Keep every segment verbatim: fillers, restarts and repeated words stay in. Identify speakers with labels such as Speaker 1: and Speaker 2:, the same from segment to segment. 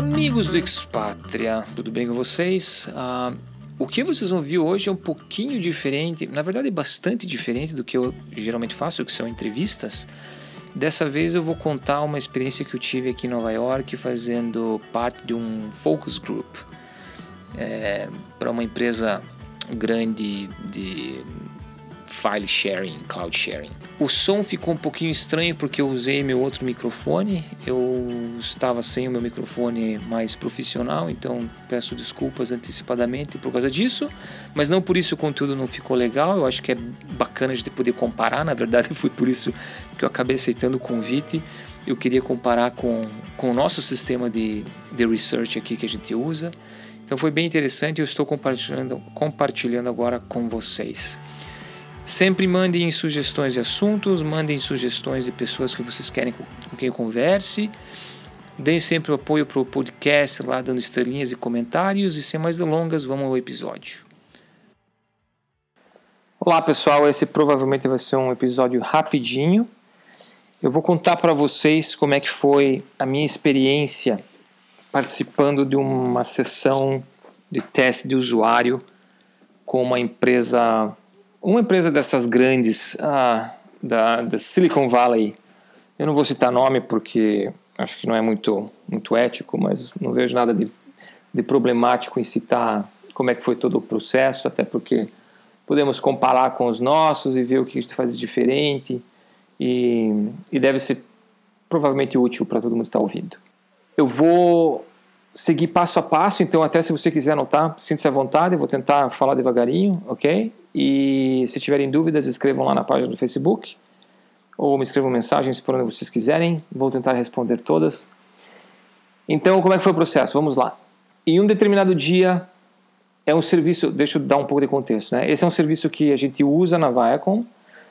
Speaker 1: Amigos do Expatria, tudo bem com vocês? Uh, o que vocês vão ver hoje é um pouquinho diferente, na verdade é bastante diferente do que eu geralmente faço, que são entrevistas. Dessa vez eu vou contar uma experiência que eu tive aqui em Nova York fazendo parte de um focus group é, para uma empresa grande de file sharing, cloud sharing. O som ficou um pouquinho estranho porque eu usei meu outro microfone, eu estava sem o meu microfone mais profissional, então peço desculpas antecipadamente por causa disso, mas não por isso o conteúdo não ficou legal. Eu acho que é bacana a gente poder comparar, na verdade foi por isso que eu acabei aceitando o convite. Eu queria comparar com, com o nosso sistema de, de research aqui que a gente usa, então foi bem interessante e eu estou compartilhando, compartilhando agora com vocês. Sempre mandem sugestões de assuntos, mandem sugestões de pessoas que vocês querem com quem eu converse. Deem sempre o apoio para o podcast lá, dando estrelinhas e comentários. E sem mais delongas, vamos ao episódio. Olá pessoal, esse provavelmente vai ser um episódio rapidinho. Eu vou contar para vocês como é que foi a minha experiência participando de uma sessão de teste de usuário com uma empresa... Uma empresa dessas grandes ah, da, da Silicon Valley. Eu não vou citar nome porque acho que não é muito, muito ético, mas não vejo nada de, de problemático em citar como é que foi todo o processo, até porque podemos comparar com os nossos e ver o que a gente faz de diferente e, e deve ser provavelmente útil para todo mundo que está ouvindo. Eu vou seguir passo a passo, então até se você quiser anotar, sinta-se à vontade, eu vou tentar falar devagarinho, ok? E se tiverem dúvidas, escrevam lá na página do Facebook ou me escrevam mensagens por onde vocês quiserem, vou tentar responder todas. Então, como é que foi o processo? Vamos lá. Em um determinado dia, é um serviço, deixa eu dar um pouco de contexto, né? Esse é um serviço que a gente usa na Viacom.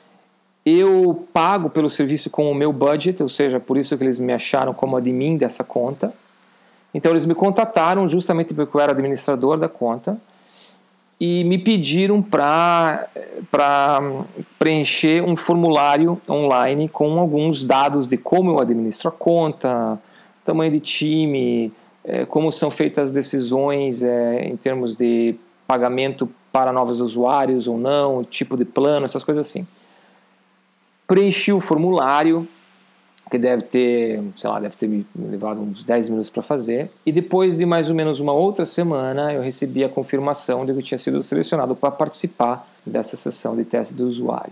Speaker 1: Eu pago pelo serviço com o meu budget, ou seja, por isso que eles me acharam como admin dessa conta. Então eles me contataram justamente porque eu era administrador da conta e me pediram para preencher um formulário online com alguns dados de como eu administro a conta, tamanho de time, como são feitas as decisões em termos de pagamento para novos usuários ou não, tipo de plano, essas coisas assim. Preenchi o formulário, que deve ter, sei lá, deve ter me levado uns dez minutos para fazer. E depois de mais ou menos uma outra semana, eu recebi a confirmação de que eu tinha sido selecionado para participar dessa sessão de teste do usuário.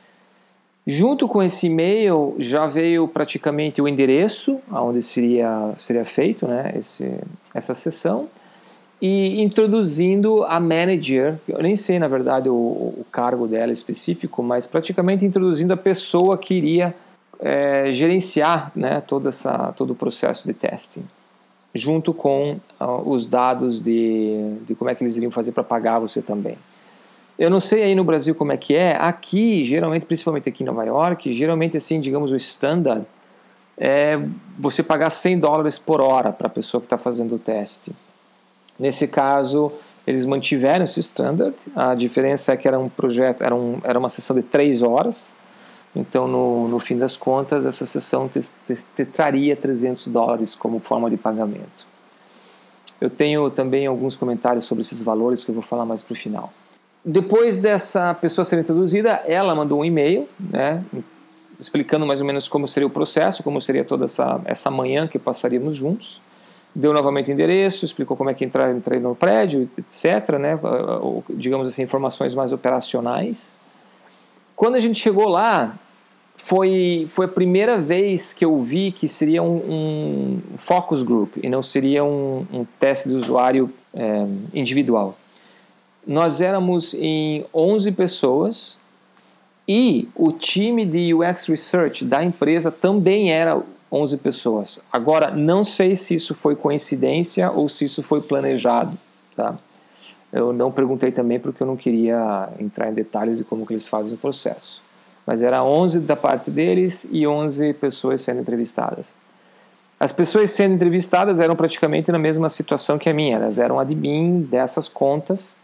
Speaker 1: Junto com esse e-mail, já veio praticamente o endereço onde seria, seria feito, né, esse, essa sessão, e introduzindo a manager, eu nem sei, na verdade, o, o cargo dela específico, mas praticamente introduzindo a pessoa que iria É, gerenciar, né, todo, essa, todo o processo de testing, junto com uh, os dados de, de como é que eles iriam fazer para pagar você também. Eu não sei aí no Brasil como é que é, aqui, geralmente, principalmente aqui em Nova York, geralmente assim, digamos, o standard é você pagar cem dólares por hora para a pessoa que está fazendo o teste. Nesse caso, eles mantiveram esse standard, a diferença é que era um projeto, era, um, era uma sessão de três horas. Então, no, no fim das contas, essa sessão te, te, te traria trezentos dólares como forma de pagamento. Eu tenho também alguns comentários sobre esses valores que eu vou falar mais para o final. Depois dessa pessoa ser introduzida, ela mandou um e-mail, né, explicando mais ou menos como seria o processo, como seria toda essa, essa manhã que passaríamos juntos. Deu novamente o endereço, explicou como é que entrar, entrar no prédio, etcétera, né, digamos assim, informações mais operacionais. Quando a gente chegou lá, foi, foi a primeira vez que eu vi que seria um, um focus group e não seria um, um teste de usuário é, individual. Nós éramos em onze pessoas e o time de U X Research da empresa também era onze pessoas. Agora, não sei se isso foi coincidência ou se isso foi planejado, tá? Eu não perguntei também porque eu não queria entrar em detalhes de como que eles fazem o processo. Mas era onze da parte deles e onze pessoas sendo entrevistadas. As pessoas sendo entrevistadas eram praticamente na mesma situação que a minha. Elas eram admin dessas contas,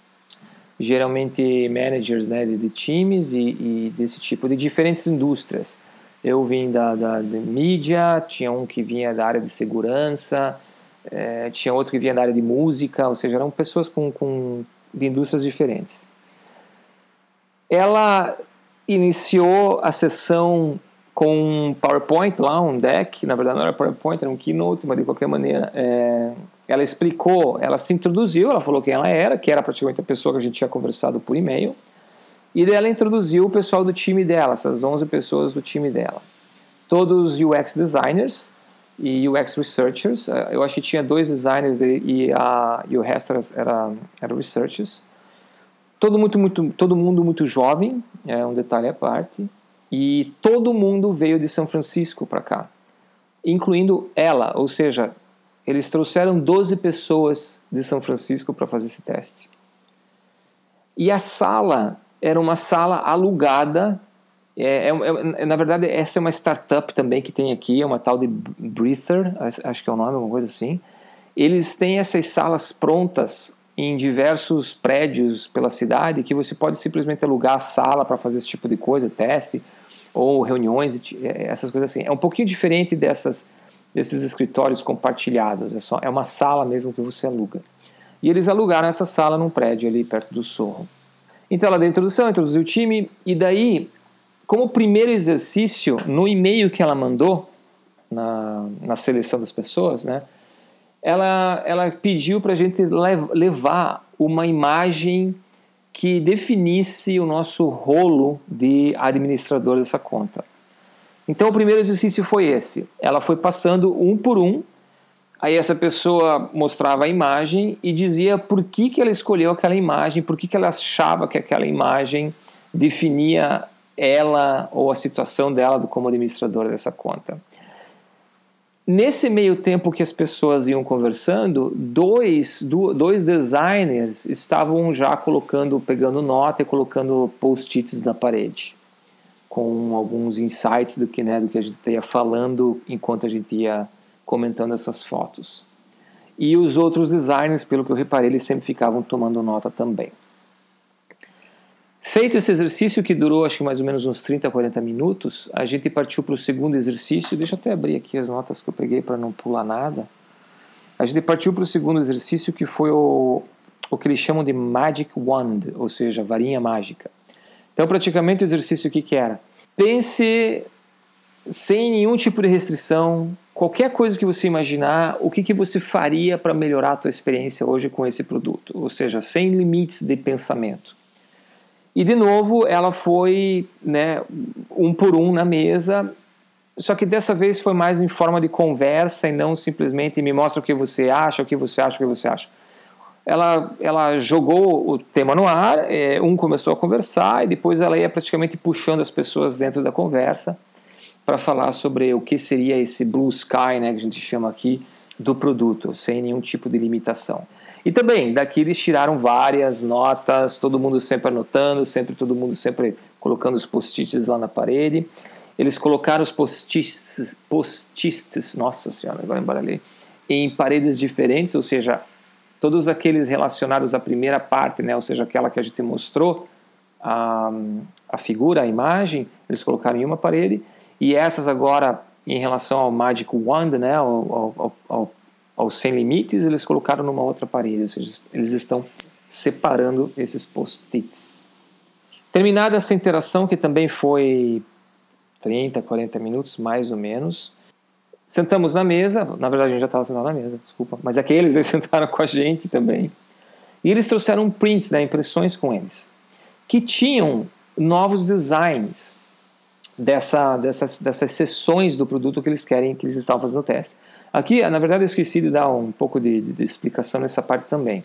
Speaker 1: geralmente managers, né, de, de times e, e desse tipo, de diferentes indústrias. Eu vim da, da, da mídia, tinha um que vinha da área de segurança, é, tinha outro que vinha da área de música, ou seja, eram pessoas com, com, de indústrias diferentes. Ela iniciou a sessão com um PowerPoint lá, um deck, na verdade não era PowerPoint, era um Keynote, mas de qualquer maneira, é, ela explicou, ela se introduziu, ela falou quem ela era, que era praticamente a pessoa que a gente tinha conversado por e-mail, e daí ela introduziu o pessoal do time dela, essas onze pessoas do time dela. Todos U X designers e U X researchers, eu acho que tinha dois designers e, e, a, e o resto era, era, era researchers. Todo, muito, muito, todo mundo muito jovem, é um detalhe à parte, e todo mundo veio de São Francisco para cá, incluindo ela, ou seja, eles trouxeram doze pessoas de São Francisco para fazer esse teste. E a sala era uma sala alugada, é, é, é, na verdade essa é uma startup também que tem aqui, é uma tal de Breather, acho que é o nome, alguma coisa assim. Eles têm essas salas prontas em diversos prédios pela cidade, que você pode simplesmente alugar a sala para fazer esse tipo de coisa, teste, ou reuniões, essas coisas assim. É um pouquinho diferente dessas, desses escritórios compartilhados, é, só, é uma sala mesmo que você aluga. E eles alugaram essa sala num prédio ali perto do Sorro. Então ela deu a introdução, introduziu o time, e daí, como primeiro exercício, no e-mail que ela mandou, na, na seleção das pessoas, né, ela, ela pediu para a gente levar uma imagem que definisse o nosso rolo de administrador dessa conta. Então o primeiro exercício foi esse. Ela foi passando um por um, aí essa pessoa mostrava a imagem e dizia por que, que ela escolheu aquela imagem, por que, que ela achava que aquela imagem definia ela ou a situação dela como administradora dessa conta. Nesse meio tempo que as pessoas iam conversando, dois, dois designers estavam já colocando, pegando nota e colocando post-its na parede, com alguns insights do que, né, do que a gente ia falando enquanto a gente ia comentando essas fotos. E os outros designers, pelo que eu reparei, eles sempre ficavam tomando nota também. Feito esse exercício, que durou acho que mais ou menos uns trinta, quarenta minutos, a gente partiu para o segundo exercício. Deixa eu até abrir aqui as notas que eu peguei para não pular nada. A gente partiu para o segundo exercício, que foi o, o que eles chamam de Magic Wand, ou seja, varinha mágica. Então, praticamente o exercício o que, que era? Pense sem nenhum tipo de restrição, qualquer coisa que você imaginar, o que, que você faria para melhorar a tua experiência hoje com esse produto, ou seja, sem limites de pensamento. E de novo ela foi, né, um por um na mesa, só que dessa vez foi mais em forma de conversa e não simplesmente me mostra o que você acha, o que você acha, o que você acha. Ela, ela jogou o tema no ar, é, um começou a conversar e depois ela ia praticamente puxando as pessoas dentro da conversa para falar sobre o que seria esse blue sky, né, que a gente chama aqui, do produto, sem nenhum tipo de limitação. E também, daqui eles tiraram várias notas, todo mundo sempre anotando, sempre todo mundo sempre colocando os post-its lá na parede. Eles colocaram os post-its, post-its, nossa senhora, agora embaralhei, em paredes diferentes, ou seja, todos aqueles relacionados à primeira parte, né, ou seja, aquela que a gente mostrou, a, a figura, a imagem, eles colocaram em uma parede, e essas agora, em relação ao Magic Wand, né, ao, ao, ao aos sem limites, eles colocaram numa outra parede, ou seja, eles estão separando esses post-its. Terminada essa interação, que também foi trinta, quarenta minutos, mais ou menos, sentamos na mesa, na verdade a gente já estava sentado na mesa, desculpa, mas aqueles eles sentaram com a gente também, e eles trouxeram prints, né, impressões com eles, que tinham novos designs dessa, dessas, dessas seções do produto que eles querem, que eles estavam fazendo o teste. Aqui, na verdade, eu esqueci de dar um pouco de, de, de explicação nessa parte também.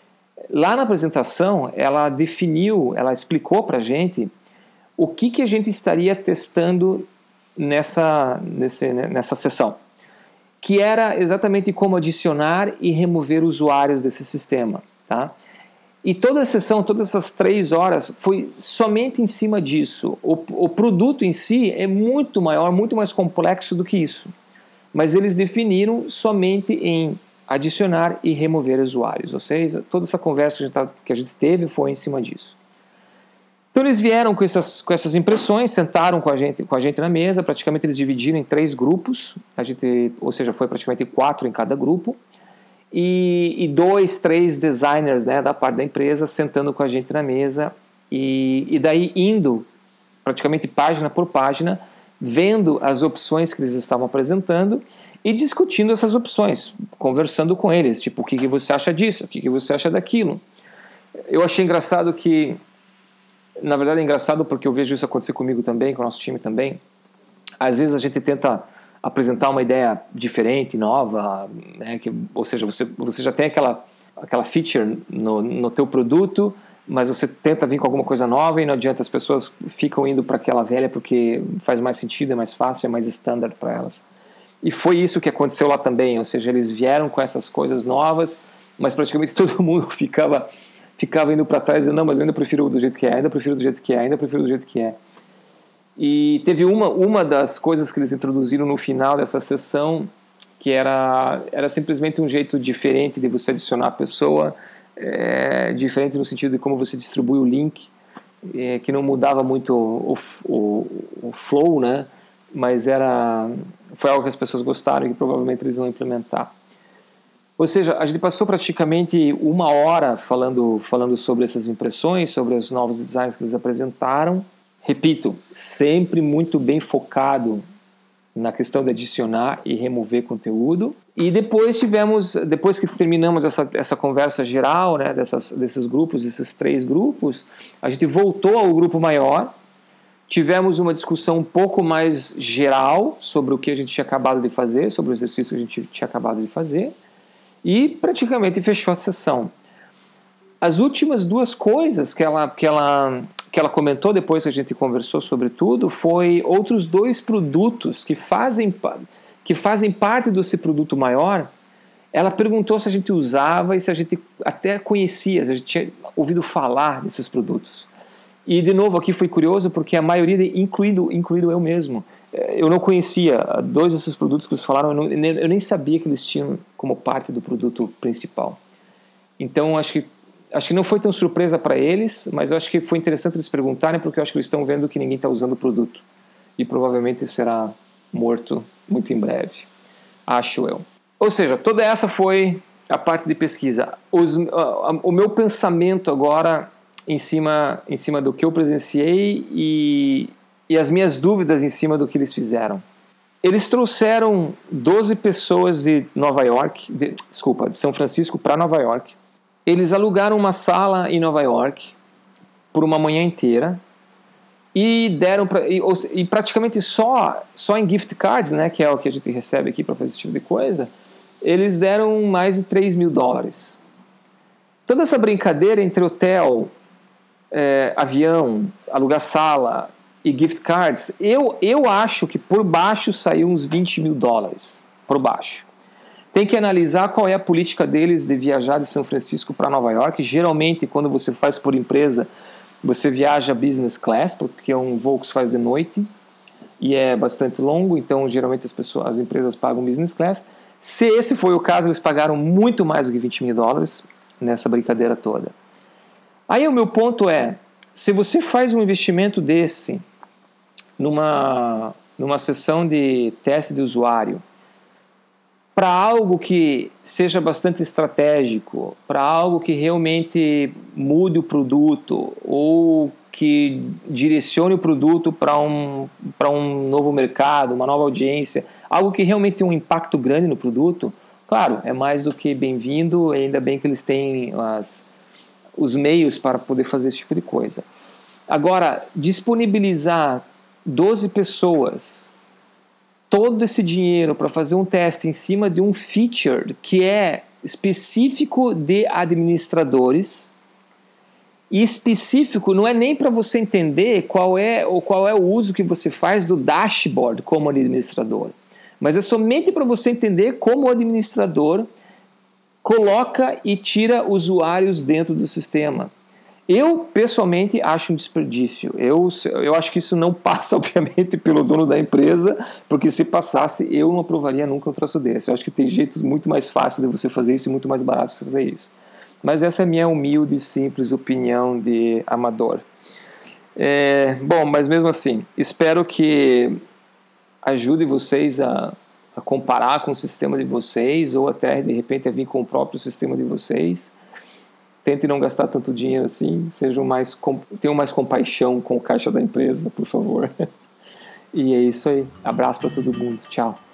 Speaker 1: Lá na apresentação, ela definiu, ela explicou para a gente o que, que a gente estaria testando nessa, nesse, nessa sessão, que era exatamente como adicionar e remover usuários desse sistema, tá? E toda a sessão, todas essas três horas, foi somente em cima disso. O, o produto em si é muito maior, muito mais complexo do que isso. Mas eles definiram somente em adicionar e remover usuários. Ou seja, toda essa conversa que a gente, tá, que a gente teve foi em cima disso. Então eles vieram com essas, com essas impressões, sentaram com a, gente, com a gente na mesa, praticamente eles dividiram em três grupos, a gente, ou seja, foi praticamente quatro em cada grupo, e, e dois, três designers, né, da parte da empresa sentando com a gente na mesa e, e daí indo praticamente página por página, vendo as opções que eles estavam apresentando e discutindo essas opções, conversando com eles, tipo, o que, que você acha disso, o que, que você acha daquilo. Eu achei engraçado que, na verdade é engraçado porque eu vejo isso acontecer comigo também, com o nosso time também. Às vezes a gente tenta apresentar uma ideia diferente, nova, né, que, ou seja, você, você já tem aquela, aquela feature no, no teu produto, mas você tenta vir com alguma coisa nova e não adianta, as pessoas ficam indo para aquela velha porque faz mais sentido, é mais fácil, é mais standard para elas. E foi isso que aconteceu lá também, ou seja, eles vieram com essas coisas novas, mas praticamente todo mundo ficava, ficava indo para trás e não, mas eu ainda prefiro do jeito que é, ainda prefiro do jeito que é, ainda prefiro do jeito que é. E teve uma, uma das coisas que eles introduziram no final dessa sessão, que era, era simplesmente um jeito diferente de você adicionar a pessoa, é, diferente no sentido de como você distribui o link, é, que não mudava muito o, o, o flow, né? Mas era, foi algo que as pessoas gostaram e que provavelmente eles vão implementar. Ou seja, a gente passou praticamente uma hora falando, falando sobre essas impressões, sobre os novos designs que eles apresentaram. Repito, sempre muito bem focado na questão de adicionar e remover conteúdo. E depois tivemos, depois que terminamos essa, essa conversa geral, né, dessas, desses grupos, esses três grupos, a gente voltou ao grupo maior. Tivemos uma discussão um pouco mais geral sobre o que a gente tinha acabado de fazer, sobre o exercício que a gente tinha acabado de fazer, e praticamente fechou a sessão. As últimas duas coisas que ela, que ela, que ela comentou depois que a gente conversou sobre tudo foi outros dois produtos que fazem, que fazem parte desse produto maior. Ela perguntou se a gente usava e se a gente até conhecia, se a gente tinha ouvido falar desses produtos. E, de novo, aqui foi curioso porque a maioria, de, incluído, incluído eu mesmo, eu não conhecia dois desses produtos que eles falaram, eu, não, eu nem sabia que eles tinham como parte do produto principal. Então, acho que, acho que não foi tão surpresa para eles, mas eu acho que foi interessante eles perguntarem porque eu acho que eles estão vendo que ninguém está usando o produto. E provavelmente será morto muito em breve. Acho eu. Ou seja, toda essa foi a parte de pesquisa. Os, uh, o meu pensamento agora em cima, em cima do que eu presenciei e, e as minhas dúvidas em cima do que eles fizeram. Eles trouxeram doze pessoas de Nova York, de, desculpa, de São Francisco para Nova York. Eles alugaram uma sala em Nova York por uma manhã inteira e deram pra, e, e praticamente só, só em gift cards, né, que é o que a gente recebe aqui para fazer esse tipo de coisa, eles deram mais de três mil dólares. Toda essa brincadeira entre hotel, É, avião, alugar sala e gift cards, eu, eu acho que por baixo saiu uns vinte mil dólares, por baixo. Tem que analisar qual é a política deles de viajar de São Francisco para Nova York. Geralmente, quando você faz por empresa, você viaja business class, porque é um voo que se faz de noite e é bastante longo, então geralmente as, pessoas, as empresas pagam business class. Se esse foi o caso, eles pagaram muito mais do que vinte mil dólares nessa brincadeira toda. Aí o meu ponto é, se você faz um investimento desse numa, numa sessão de teste de usuário para algo que seja bastante estratégico, para algo que realmente mude o produto ou que direcione o produto para um, para um novo mercado, uma nova audiência, algo que realmente tem um impacto grande no produto, claro, é mais do que bem-vindo, ainda bem que eles têm as... os meios para poder fazer esse tipo de coisa. Agora, disponibilizar doze pessoas, todo esse dinheiro para fazer um teste em cima de um feature que é específico de administradores, e específico não é nem para você entender qual é, ou qual é o uso que você faz do dashboard como administrador, mas é somente para você entender como o administrador coloca e tira usuários dentro do sistema. Eu, pessoalmente, acho um desperdício. Eu, eu acho que isso não passa, obviamente, pelo dono da empresa, porque se passasse, eu não aprovaria nunca um troço desse. Eu acho que tem jeitos muito mais fáceis de você fazer isso e muito mais baratos de fazer isso. Mas essa é a minha humilde e simples opinião de amador. É, bom, mas mesmo assim, espero que ajude vocês a a comparar com o sistema de vocês, ou até de repente a vir com o próprio sistema de vocês. Tentem não gastar tanto dinheiro assim, sejam mais, tenham mais compaixão com o caixa da empresa, por favor. E é isso aí. Abraço para todo mundo. Tchau.